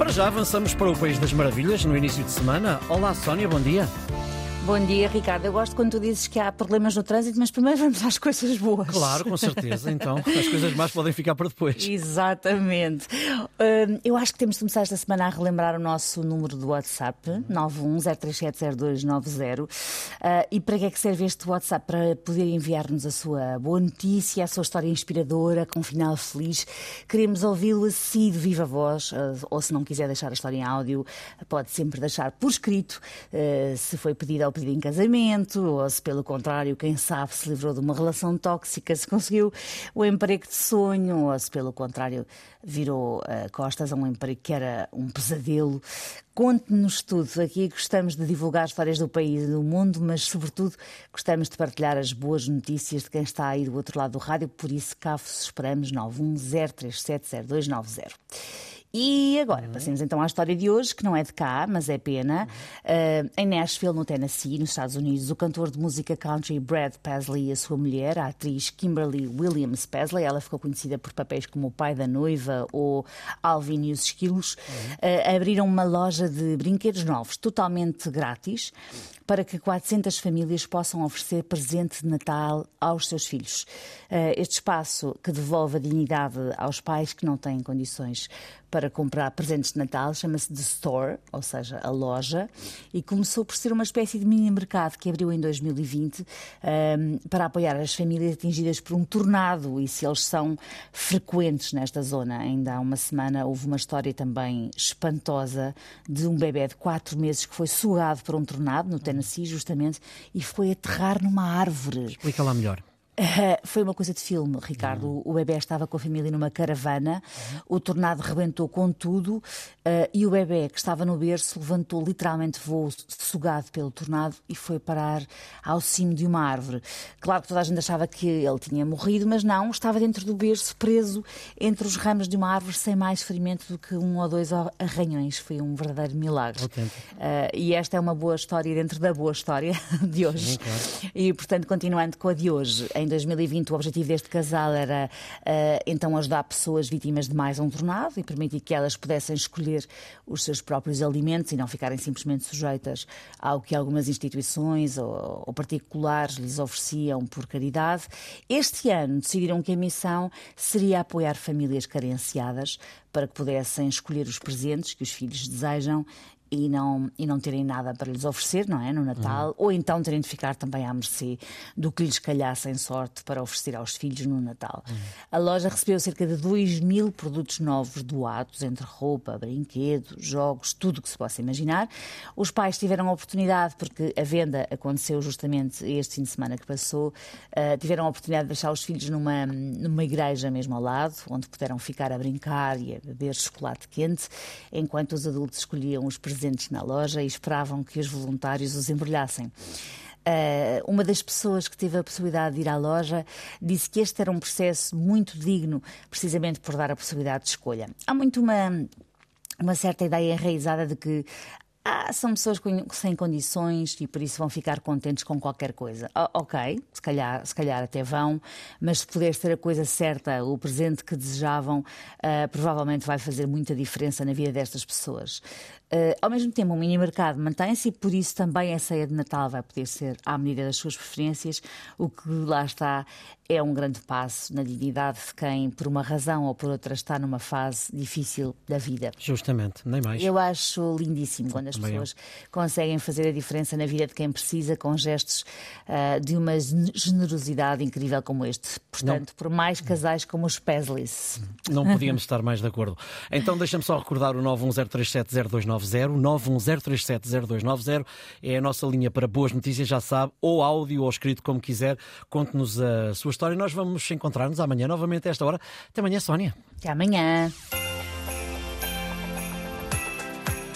Para já avançamos para o País das Maravilhas no início de semana. Olá, Sónia, bom dia. Bom dia, Ricardo. Eu gosto quando tu dizes que há problemas no trânsito, mas primeiro vamos às coisas boas. Claro, com certeza. Então, as coisas más podem ficar para depois. Exatamente. Eu acho que temos de começar esta semana a relembrar o nosso número do WhatsApp, 910370290. E para que é que serve este WhatsApp? Para poder enviar-nos a sua boa notícia, a sua história inspiradora, com um final feliz. Queremos ouvi-lo assim de viva voz, ou se não quiser deixar a história em áudio, pode sempre deixar por escrito, se foi pedido em casamento, ou se pelo contrário, quem sabe, se livrou de uma relação tóxica, se conseguiu o emprego de sonho, ou se pelo contrário virou costas a um emprego que era um pesadelo. Conte-nos tudo. Aqui gostamos de divulgar histórias do país e do mundo, mas sobretudo gostamos de partilhar as boas notícias de quem está aí do outro lado do rádio, por isso cá vos esperamos 910370290. E agora, passemos então à história de hoje, que não é de cá, mas é pena. Em Nashville, no Tennessee, nos Estados Unidos, o cantor de música country Brad Paisley e a sua mulher, a atriz Kimberly Williams Paisley, ela ficou conhecida por papéis como O Pai da Noiva ou Alvin e os Esquilos, abriram uma loja de brinquedos novos, totalmente grátis, para que 400 famílias possam oferecer presente de Natal aos seus filhos. Este espaço que devolve a dignidade aos pais que não têm condições para comprar presentes de Natal chama-se The Store, ou seja, a loja, e começou por ser uma espécie de mini-mercado que abriu em 2020 para apoiar as famílias atingidas por um tornado, e se eles são frequentes nesta zona. Ainda há uma semana houve uma história também espantosa de um bebé de 4 meses que foi sugado por um tornado no Tennessee, justamente, e foi aterrar numa árvore. Explica lá melhor. Foi uma coisa de filme, Ricardo. O bebé estava com a família numa caravana, o tornado rebentou com tudo e o bebé que estava no berço levantou literalmente voo sugado pelo tornado e foi parar ao cimo de uma árvore. Claro que toda a gente achava que ele tinha morrido, mas não, estava dentro do berço, preso entre os ramos de uma árvore, sem mais ferimento do que 1 ou 2 arranhões. Foi um verdadeiro milagre. E esta é uma boa história dentro da boa história de hoje. Sim, claro. E, portanto, continuando com a de hoje, em 2020 o objetivo deste casal era então ajudar pessoas vítimas de mais um tornado e permitir que elas pudessem escolher os seus próprios alimentos e não ficarem simplesmente sujeitas ao que algumas instituições ou particulares lhes ofereciam por caridade. Este ano decidiram que a missão seria apoiar famílias carenciadas para que pudessem escolher os presentes que os filhos desejam e não terem nada para lhes oferecer, não é, no Natal, ou então terem de ficar também à mercê do que lhes calhasse em sorte para oferecer aos filhos no Natal. A loja recebeu cerca de 2.000 produtos novos doados, entre roupa, brinquedos, jogos, tudo o que se possa imaginar. Os pais tiveram a oportunidade, porque a venda aconteceu justamente este fim de semana que passou, tiveram a oportunidade de deixar os filhos numa igreja mesmo ao lado, onde puderam ficar a brincar e a beber chocolate quente, enquanto os adultos escolhiam os presentes na loja e esperavam que os voluntários os embrulhassem. Uma das pessoas que teve a possibilidade de ir à loja disse que este era um processo muito digno, precisamente por dar a possibilidade de escolha. Há muito uma certa ideia enraizada de que são pessoas sem condições e por isso vão ficar contentes com qualquer coisa. Ok, se calhar até vão, mas se puderes ter a coisa certa, o presente que desejavam, provavelmente vai fazer muita diferença na vida destas pessoas. Ao mesmo tempo, o mini-mercado mantém-se e por isso também a ceia de Natal vai poder ser à medida das suas preferências, o que lá está é um grande passo na dignidade de quem, por uma razão ou por outra, está numa fase difícil da vida. Justamente, nem mais. Eu acho lindíssimo quando as pessoas conseguem fazer a diferença na vida de quem precisa com gestos de uma generosidade incrível como este. Portanto, por mais casais como os Paisleys. Não podíamos estar mais de acordo. Então deixa-me só recordar o 910370290, 910370290, é a nossa linha para boas notícias, já sabe, ou áudio ou escrito, como quiser. Conte-nos a sua história. Nós vamos encontrar-nos amanhã novamente a esta hora. Até amanhã, Sónia. Até amanhã.